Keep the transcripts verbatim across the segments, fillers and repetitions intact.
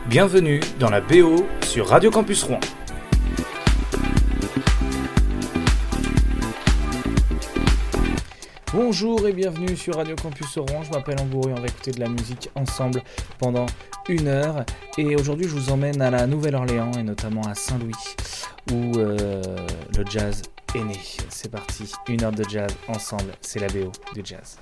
Bienvenue dans la B O sur Radio Campus Rouen. Bonjour et bienvenue sur Radio Campus Rouen, je m'appelle Ambourou et on va écouter de la musique ensemble pendant une heure. Et aujourd'hui je vous emmène à la Nouvelle-Orléans et notamment à Saint-Louis où euh, le jazz est né. C'est parti, une heure de jazz ensemble, c'est la B O du jazz.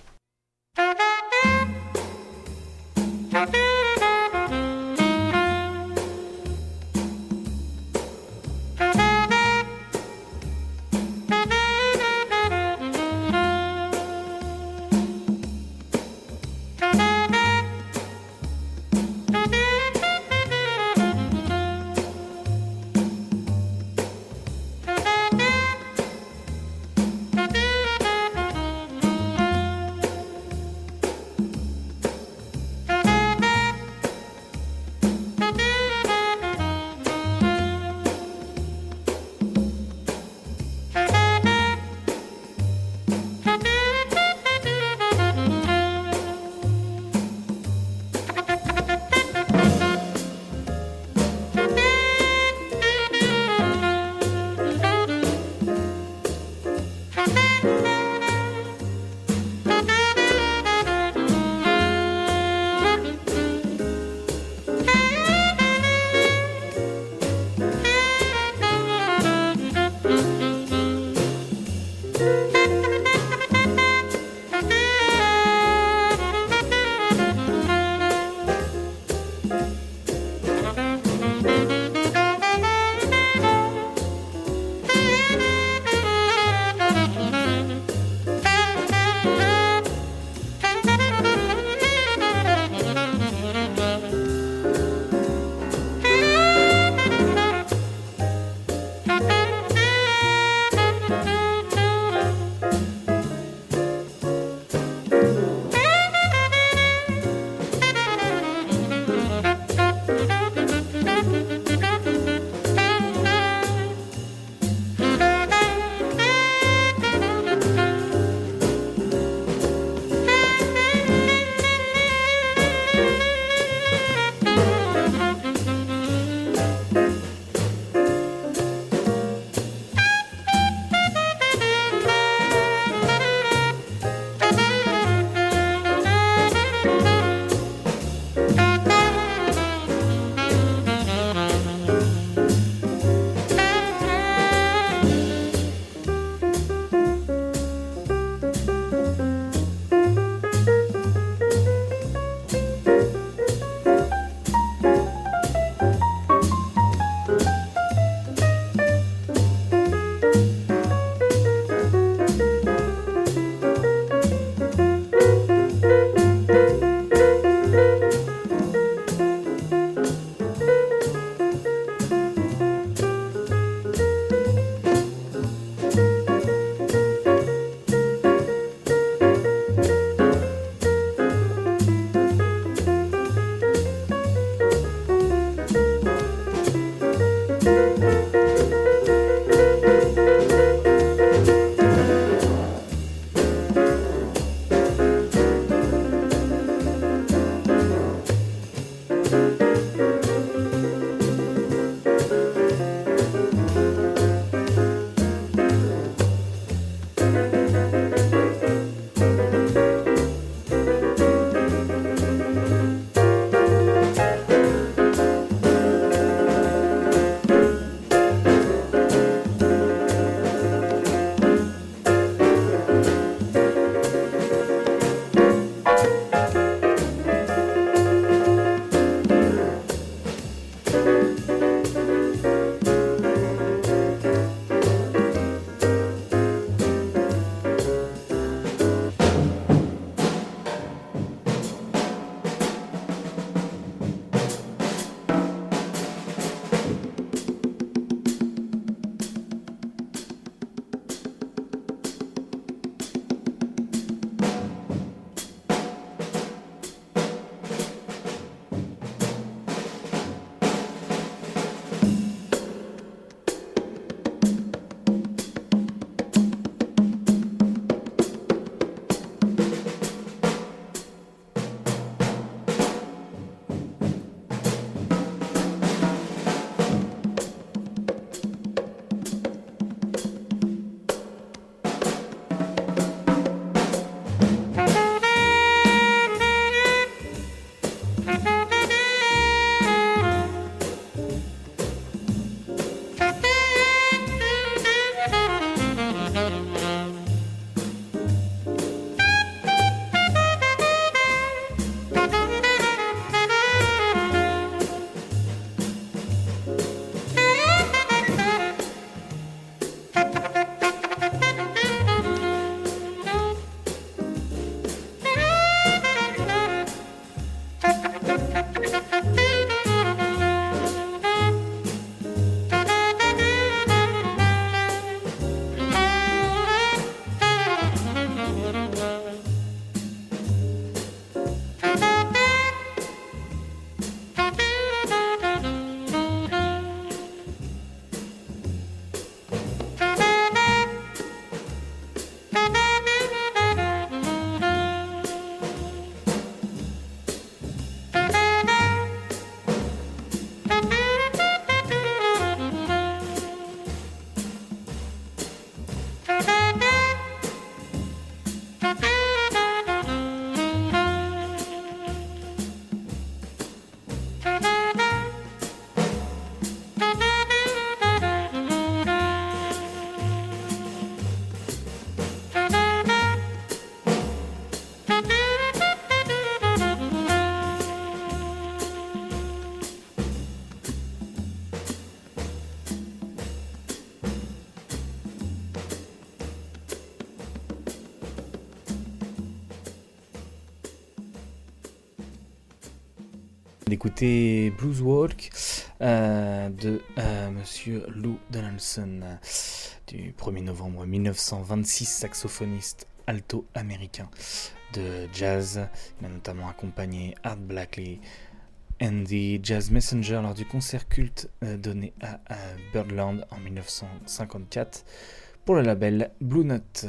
D'écouter Blues Walk euh, de euh, Monsieur Lou Donaldson du premier novembre mille neuf cent vingt-six, saxophoniste alto américain de jazz. Il a notamment accompagné Art Blakey and the Jazz Messenger lors du concert culte euh, donné à, à Birdland en mille neuf cent cinquante-quatre pour le label Blue Note.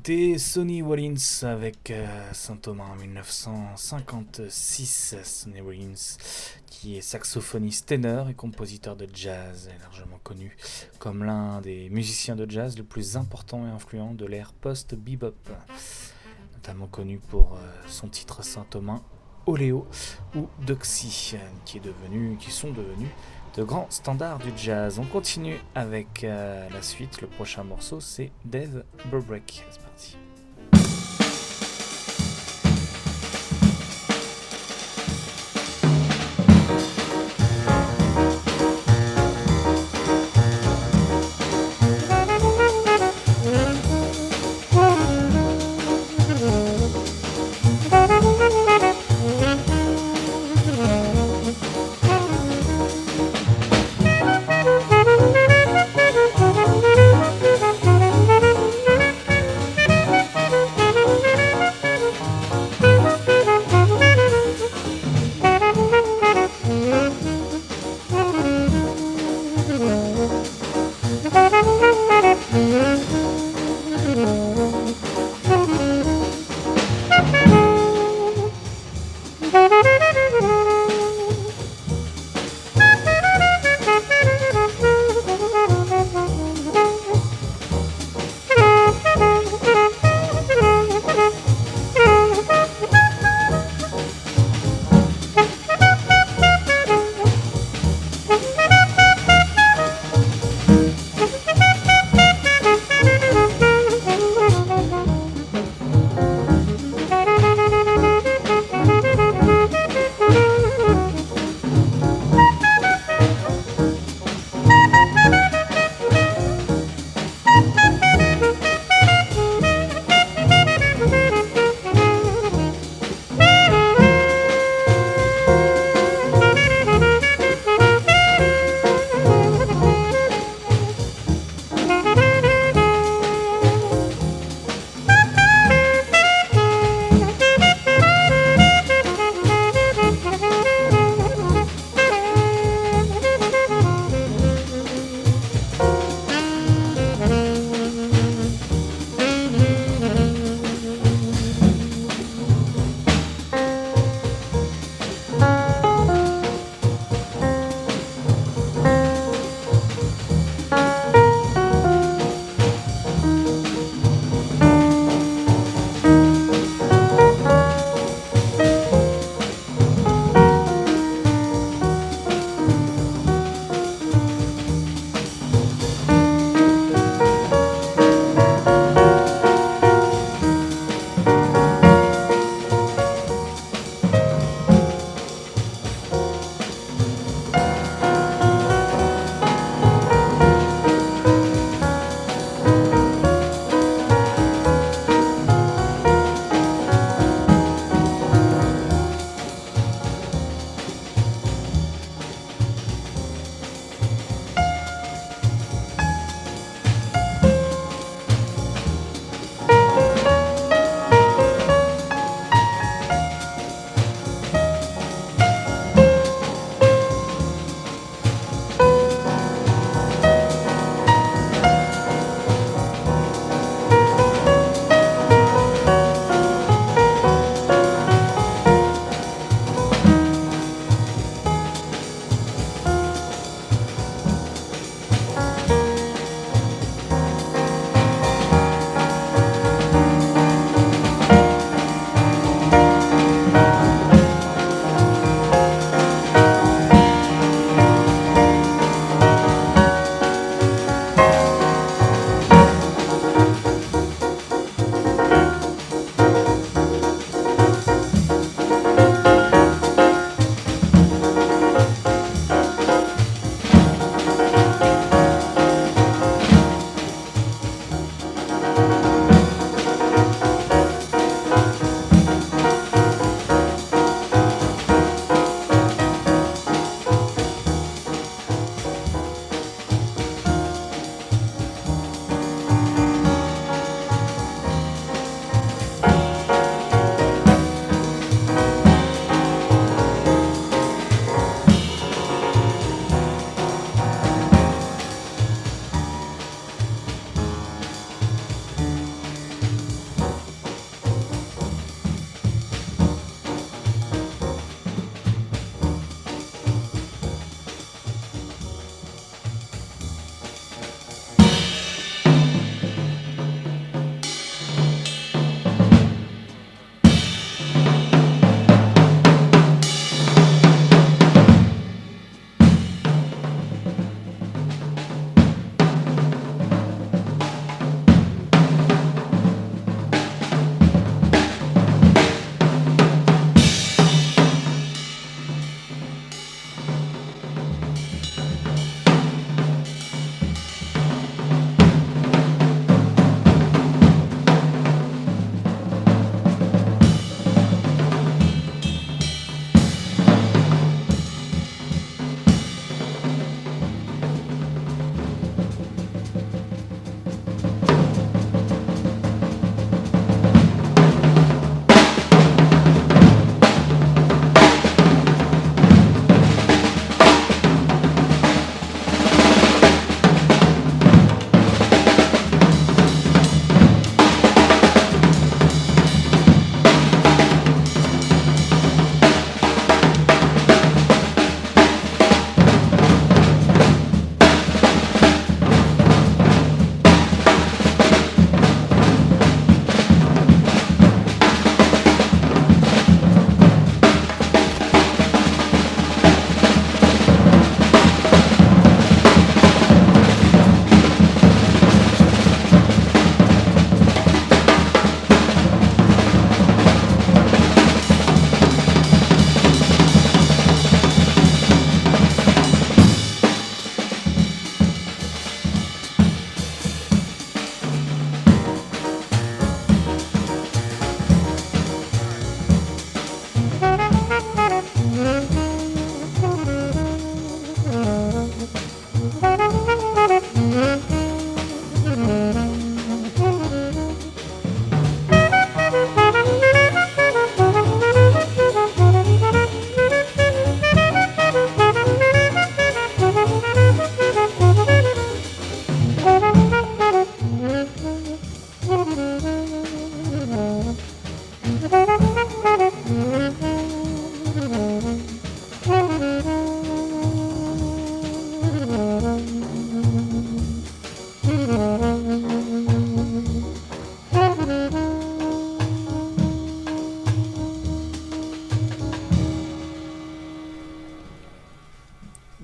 écouté Sonny Rollins avec euh, Saint-Thomas en dix-neuf cent cinquante-six. Sonny Rollins, qui est saxophoniste ténor et compositeur de jazz, est largement connu comme l'un des musiciens de jazz le plus important et influent de l'ère post-bebop, notamment connu pour euh, son titre Saint-Thomas, Oléo ou Doxy, qui, est devenu, qui sont devenus de grands standards du jazz. On continue avec euh, la suite. Le prochain morceau, c'est Dave Brubeck. C'est parti.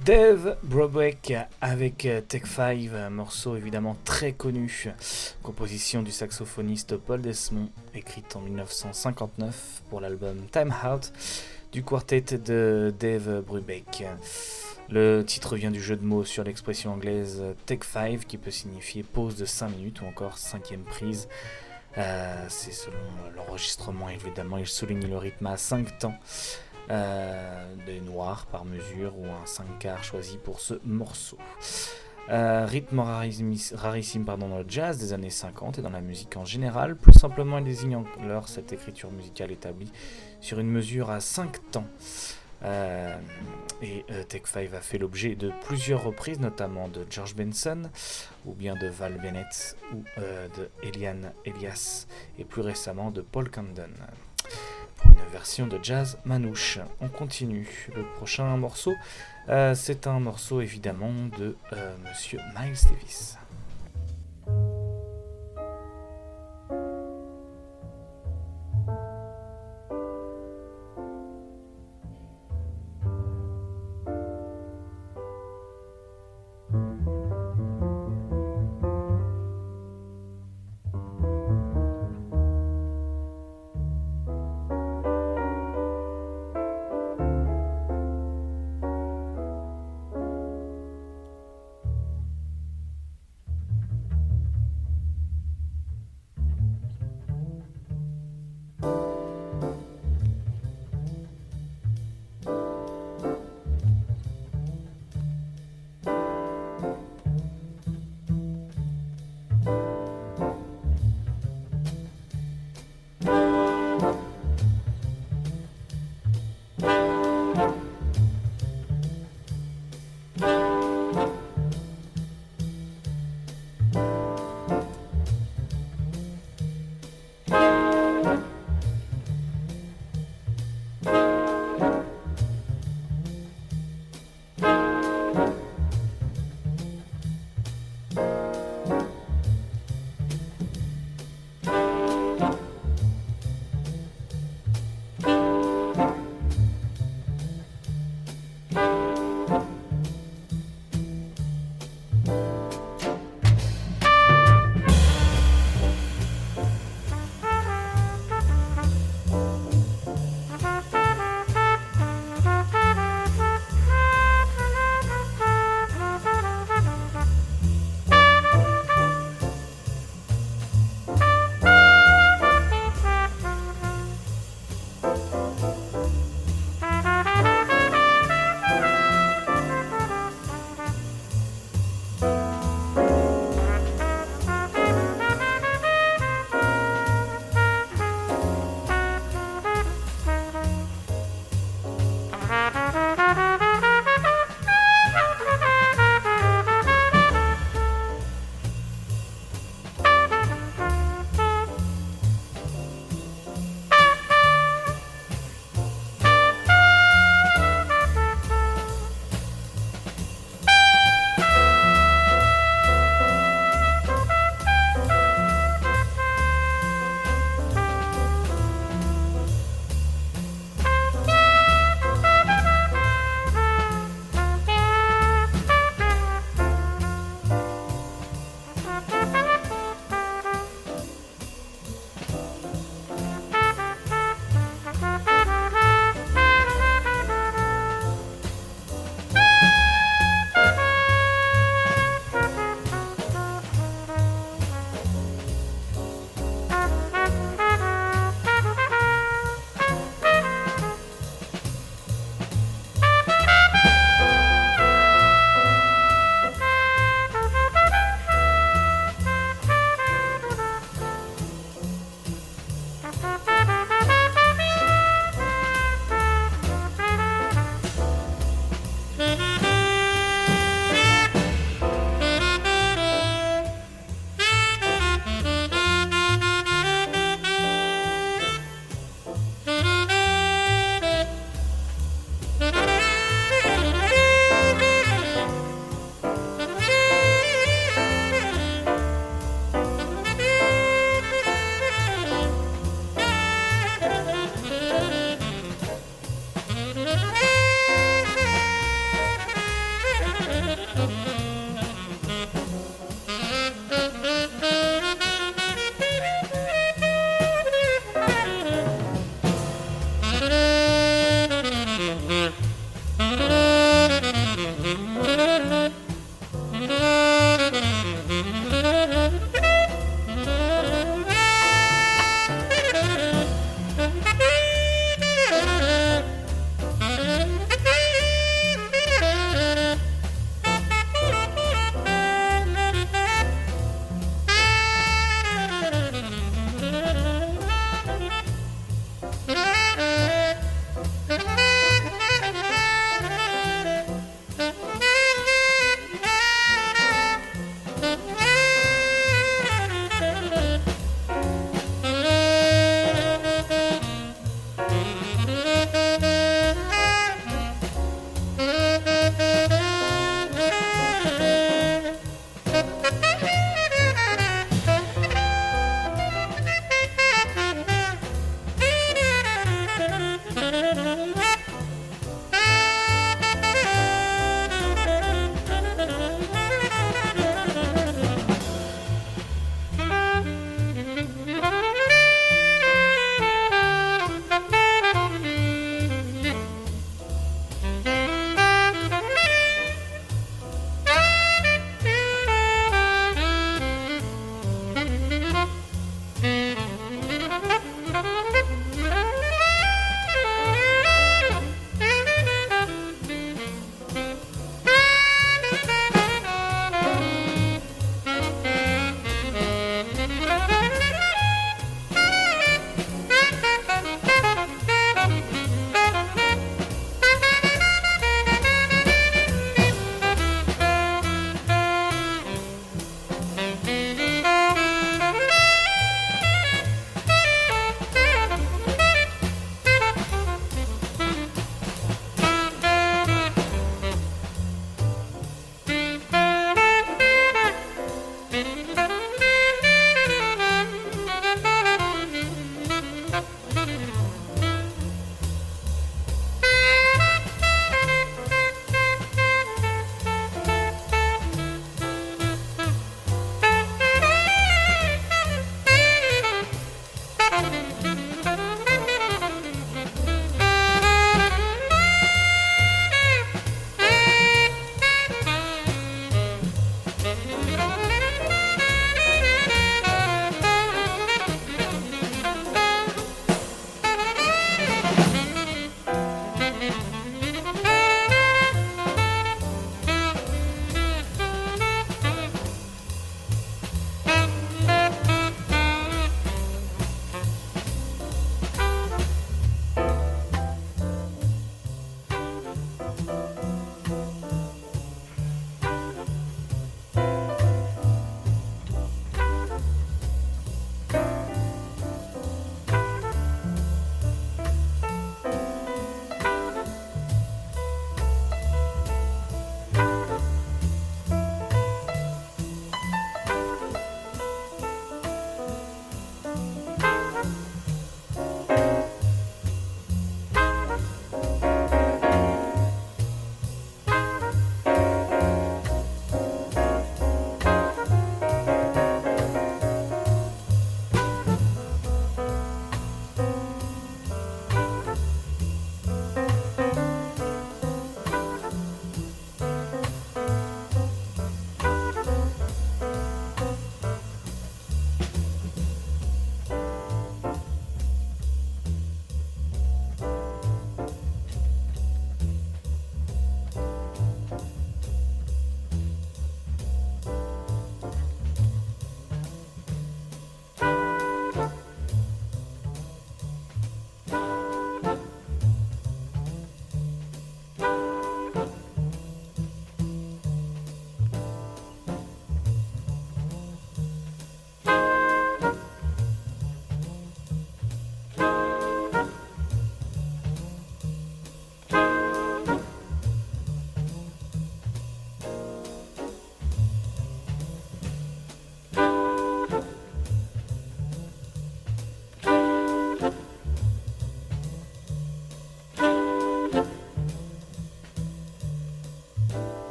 Dave Brubeck avec Take Five, un morceau évidemment très connu, composition du saxophoniste Paul Desmond, écrite en dix-neuf cent cinquante-neuf pour l'album Time Out du quartet de Dave Brubeck. Le titre vient du jeu de mots sur l'expression anglaise Take Five qui peut signifier pause de cinq minutes ou encore cinquième prise. Euh, c'est selon l'enregistrement évidemment, il souligne le rythme à cinq temps. Euh, des noirs par mesure ou un cinq quarts choisi pour ce morceau. Euh, rythme rarissime, rarissime pardon, dans le jazz des années cinquante et dans la musique en général. Plus simplement, il désigne alors cette écriture musicale établie sur une mesure à cinq temps. Euh, et euh, Take Five a fait l'objet de plusieurs reprises, notamment de George Benson, ou bien de Val Bennett, ou euh, de Eliane Elias, et plus récemment de Paul Camden. Pour une version de jazz manouche. On continue. Le prochain morceau, euh, c'est un morceau évidemment de euh, Monsieur Miles Davis.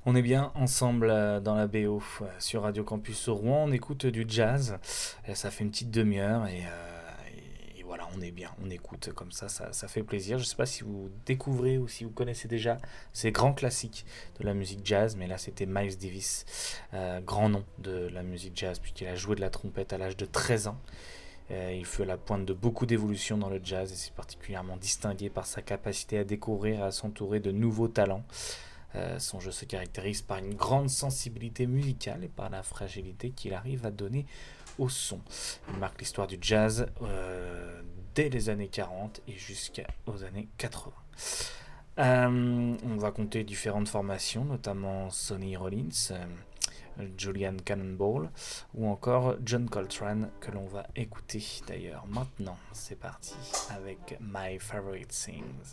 On est bien ensemble euh, dans la B O euh, sur Radio Campus Rouen, on écoute du jazz, et ça fait une petite demi-heure et, euh, et, et voilà, on est bien, on écoute comme ça, ça, ça fait plaisir. Je ne sais pas si vous découvrez ou si vous connaissez déjà ces grands classiques de la musique jazz, mais là c'était Miles Davis, euh, grand nom de la musique jazz puisqu'il a joué de la trompette à l'âge de treize ans. Euh, il fut à la pointe de beaucoup d'évolutions dans le jazz et s'est particulièrement distingué par sa capacité à découvrir et à s'entourer de nouveaux talents. Euh, son jeu se caractérise par une grande sensibilité musicale et par la fragilité qu'il arrive à donner au son. Il marque l'histoire du jazz euh, dès les années quarante et jusqu'aux années quatre-vingts. Euh, on va compter différentes formations, notamment Sonny Rollins, euh, Julian Cannonball ou encore John Coltrane que l'on va écouter d'ailleurs maintenant. C'est parti avec My Favorite Things.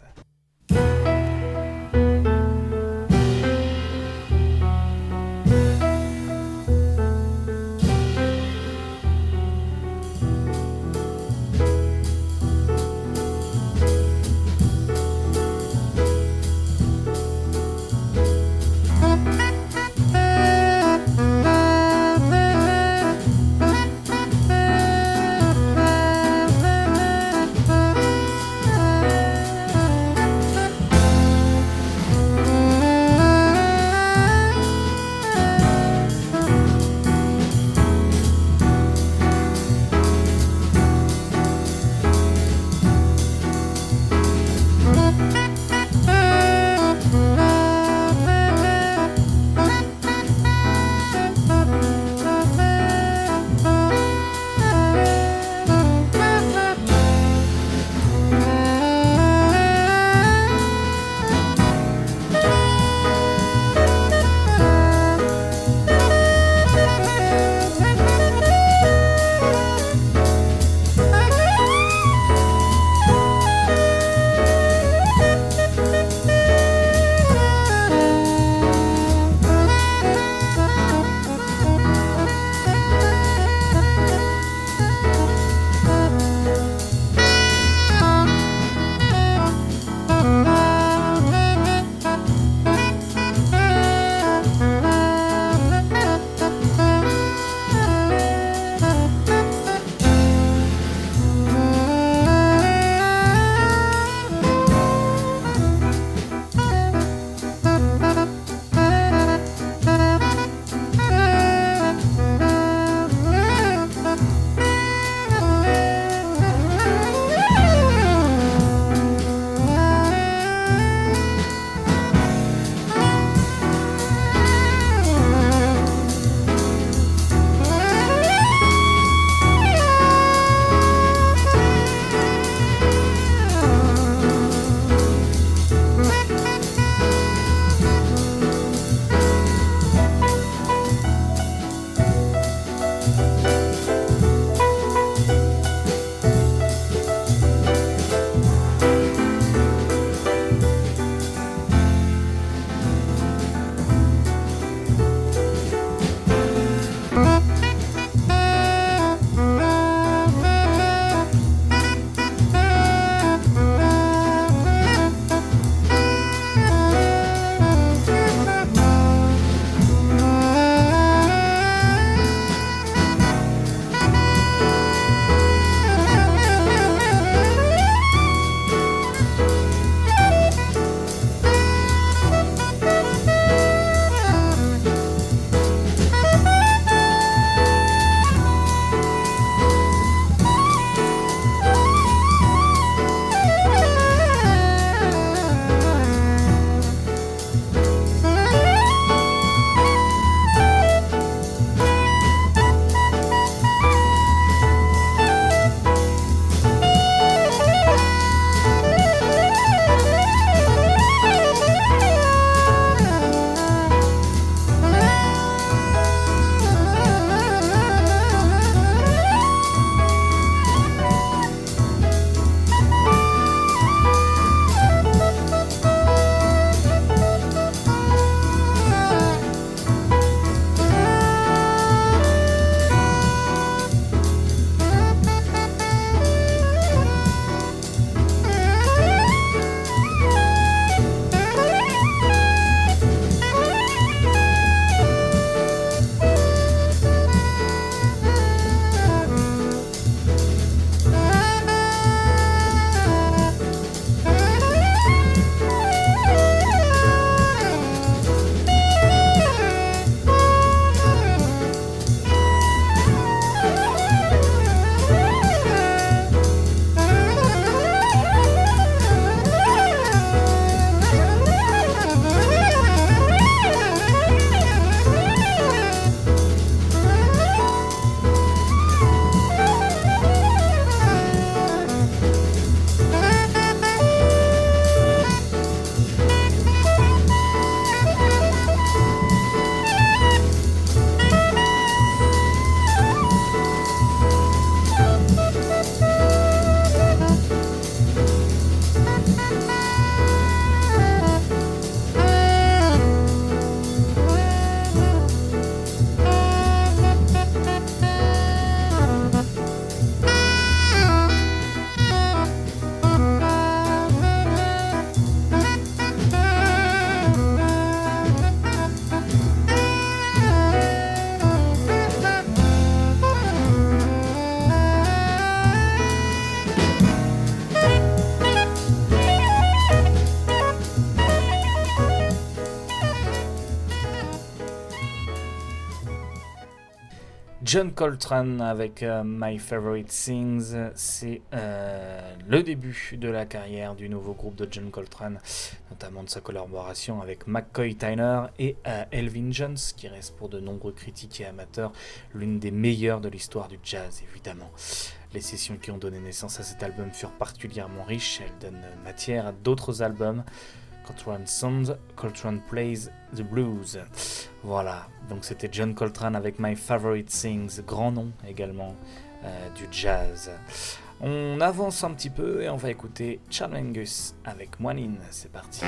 John Coltrane avec euh, My Favorite Things. C'est euh, le début de la carrière du nouveau groupe de John Coltrane, notamment de sa collaboration avec McCoy Tyner et euh, Elvin Jones, qui reste pour de nombreux critiques et amateurs l'une des meilleures de l'histoire du jazz, évidemment. Les sessions qui ont donné naissance à cet album furent particulièrement riches. Elles donnent matière à d'autres albums. Coltrane Sounds, Coltrane Plays the Blues. Voilà, donc c'était John Coltrane avec My Favorite Things, grand nom également euh, du jazz. On avance un petit peu et on va écouter Charlie Mingus avec Moine. C'est parti.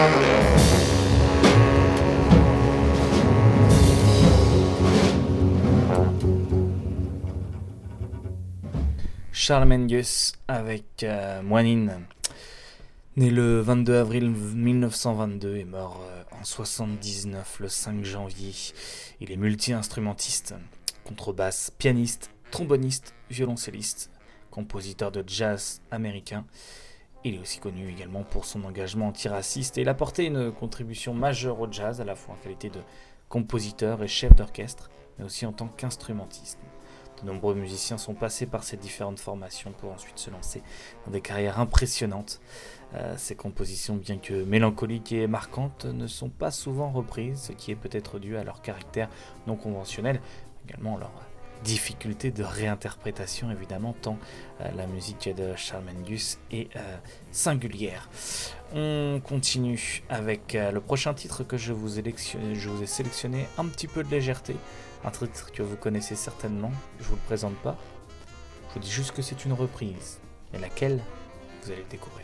Charles Mingus avec euh, Moinine, né le vingt-deux avril mille neuf cent vingt-deux et mort euh, en soixante-dix-neuf le cinq janvier. Il est multi-instrumentiste, contrebasse, pianiste, tromboniste, violoncelliste, compositeur de jazz américain. Il est aussi connu également pour son engagement antiraciste et il a apporté une contribution majeure au jazz, à la fois en qualité de compositeur et chef d'orchestre, mais aussi en tant qu'instrumentiste. De nombreux musiciens sont passés par ces différentes formations pour ensuite se lancer dans des carrières impressionnantes. Euh, ces compositions, bien que mélancoliques et marquantes, ne sont pas souvent reprises, ce qui est peut-être dû à leur caractère non conventionnel, également leur difficulté de réinterprétation évidemment, tant euh, la musique de Charles Mingus est euh, singulière. On continue avec euh, le prochain titre que je vous, électionne, je vous ai sélectionné, un petit peu de légèreté, un titre que vous connaissez certainement, je vous le présente pas, je vous dis juste que c'est une reprise, et laquelle vous allez le découvrir.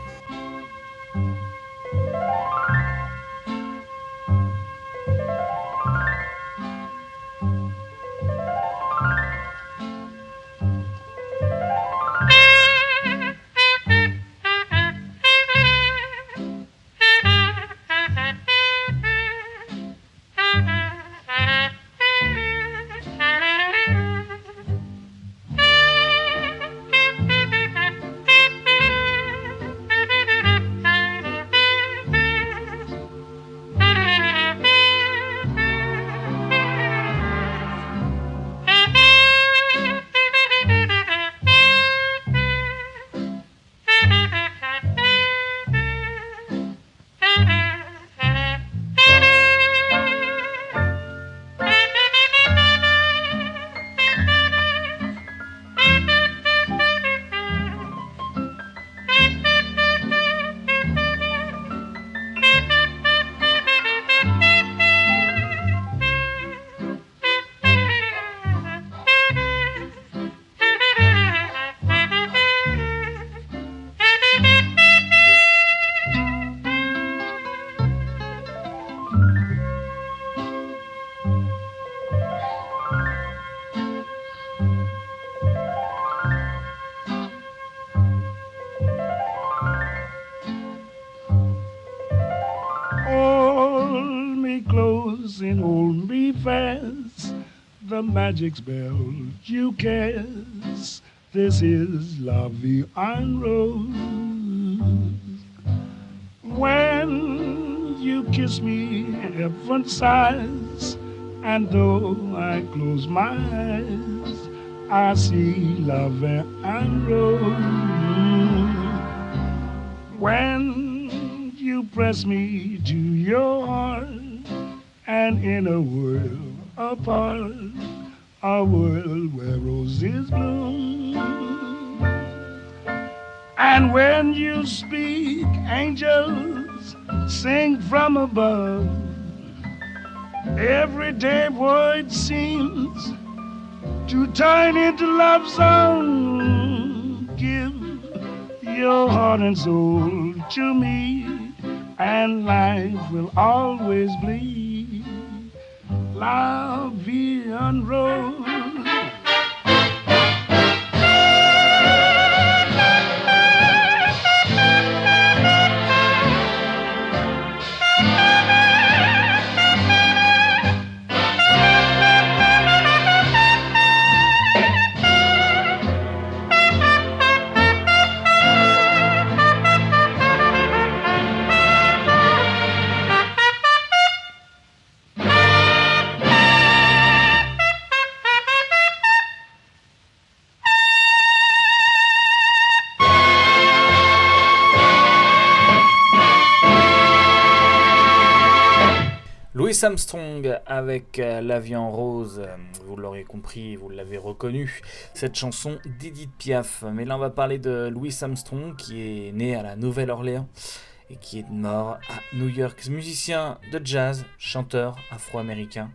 The magic spell you cast. This is La Vie en Rose. When you kiss me, heaven sighs, and though I close my eyes, I see La Vie en Rose. When you press me to your heart, and in a world apart, a world where roses bloom. And when you speak, angels sing from above. Everyday word seems to turn into love song. Give your heart and soul to me, and life will always bleed. La Vie en Rose. Louis Armstrong avec euh, La Vie en Rose, vous l'aurez compris, vous l'avez reconnu, cette chanson d'Edith Piaf. Mais là on va parler de Louis Armstrong qui est né à la Nouvelle-Orléans et qui est mort à New York. Musicien de jazz, chanteur afro-américain,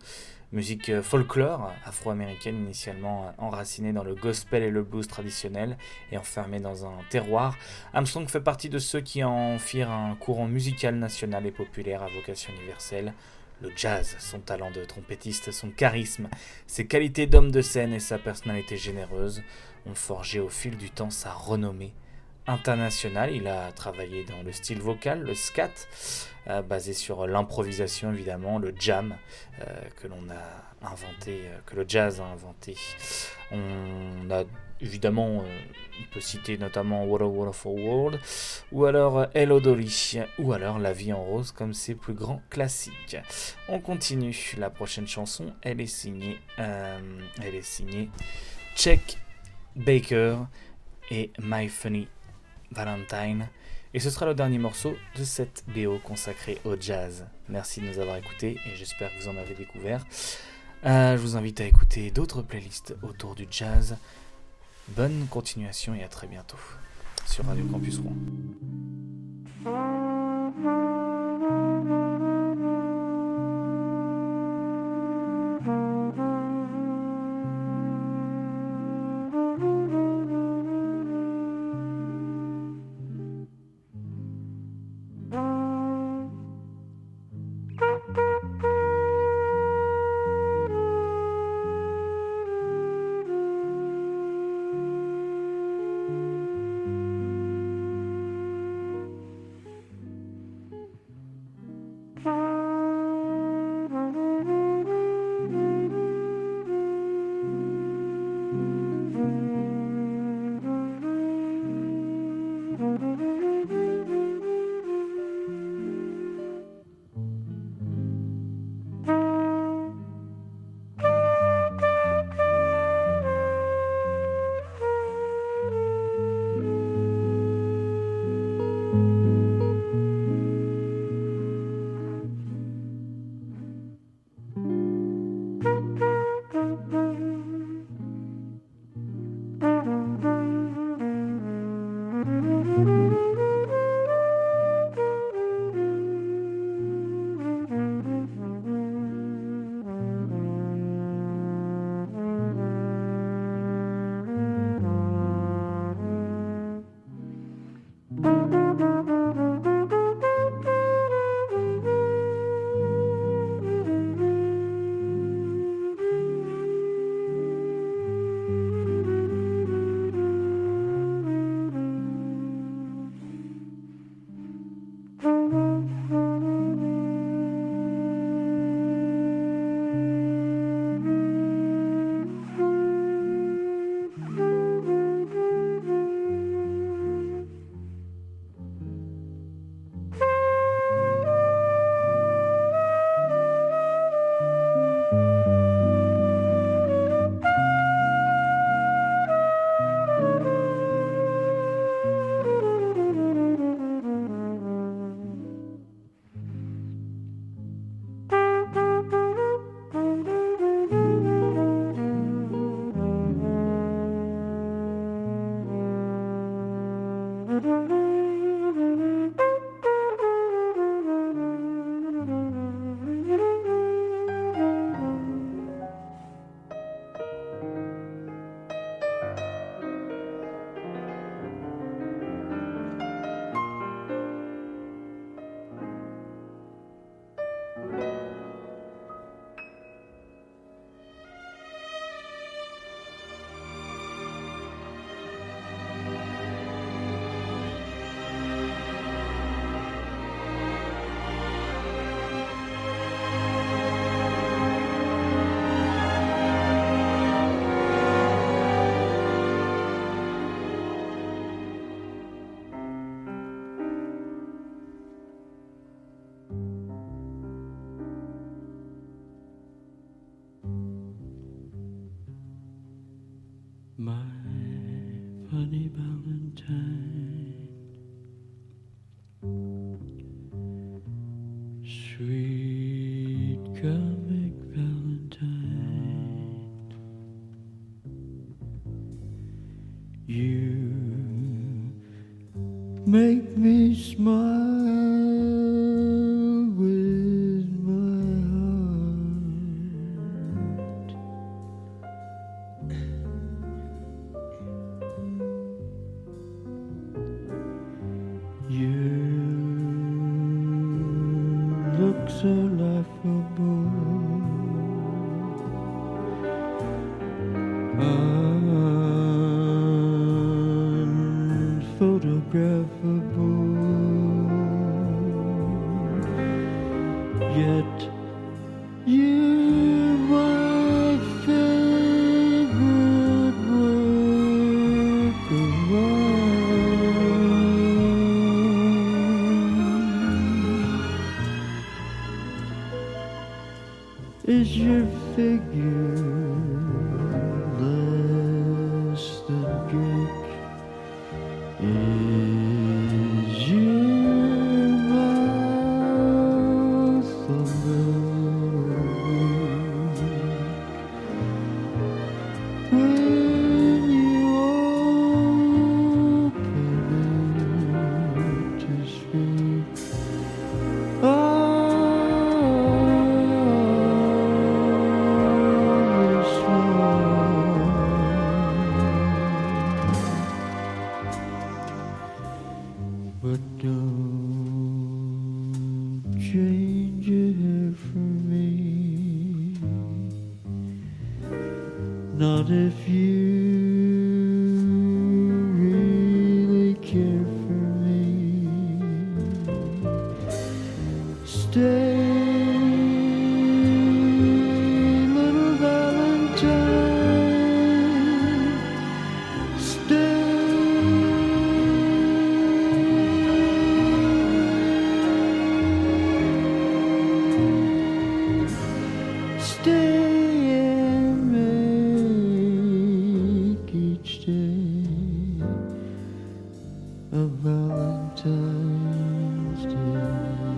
Musique folklore afro-américaine initialement enracinée dans le gospel et le blues traditionnel et enfermée dans un terroir, Armstrong fait partie de ceux qui en firent un courant musical national et populaire à vocation universelle. Le jazz, son talent de trompettiste, son charisme, ses qualités d'homme de scène et sa personnalité généreuse ont forgé au fil du temps sa renommée internationale. Il a travaillé dans le style vocal, le scat, euh, basé sur l'improvisation évidemment, le jam euh, que l'on a inventé, euh, que le jazz a inventé. On a évidemment, euh, on peut citer notamment What a Wonderful World, ou alors euh, Hello Dolly, ou alors La Vie en Rose comme ses plus grands classiques. On continue. La prochaine chanson, elle est signée, euh, elle est signée Chet Baker et My Funny Valentine, et ce sera le dernier morceau de cette B O consacrée au jazz. Merci de nous avoir écoutés et j'espère que vous en avez découvert. Euh, je vous invite à écouter d'autres playlists autour du jazz. Bonne continuation et à très bientôt sur Radio Campus Rouen. My funny Valentine, sweet comic Valentine, you make me smile with my heart. looks are laughable. Unphotographable. Yet you're my favorite work of art. Is your figure less than Greek? Is your mouth a little weak? When you open it to speak, but don't change your hair for me. Not if you really care for me. Stay, little Valentine. Stay. Stay and make each day a Valentine's Day.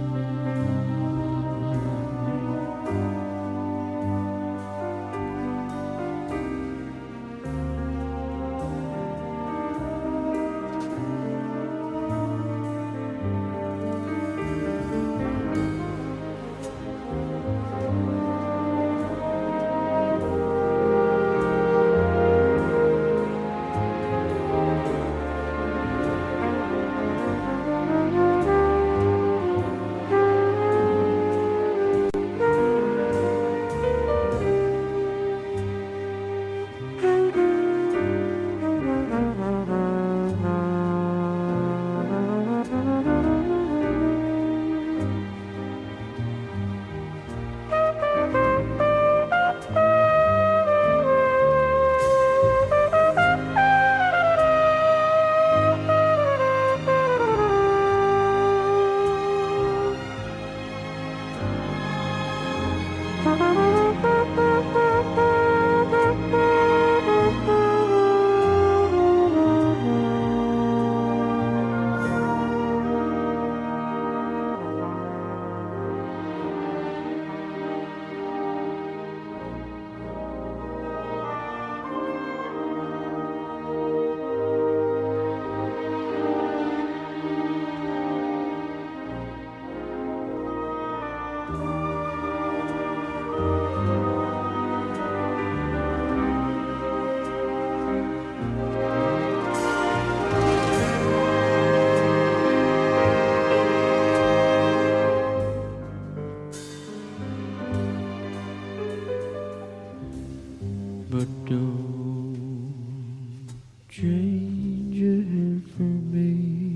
But don't change your hair for me.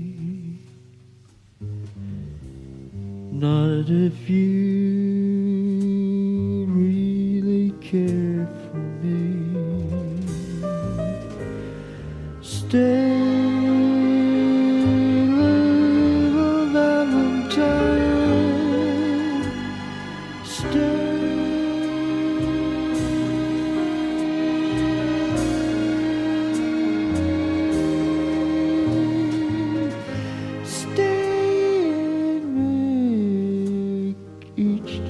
Not if you really care for me. Stay, little Valentine. Stay. Each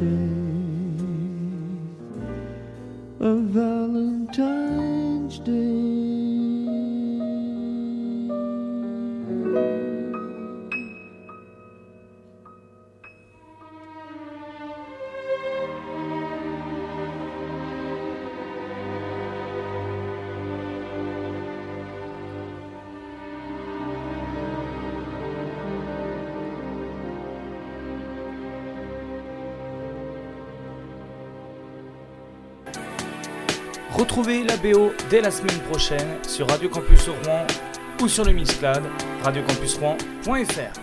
Retrouvez la B O dès la semaine prochaine sur Radio Campus Rouen ou sur le Mixcloud radiocampusrouen point f r.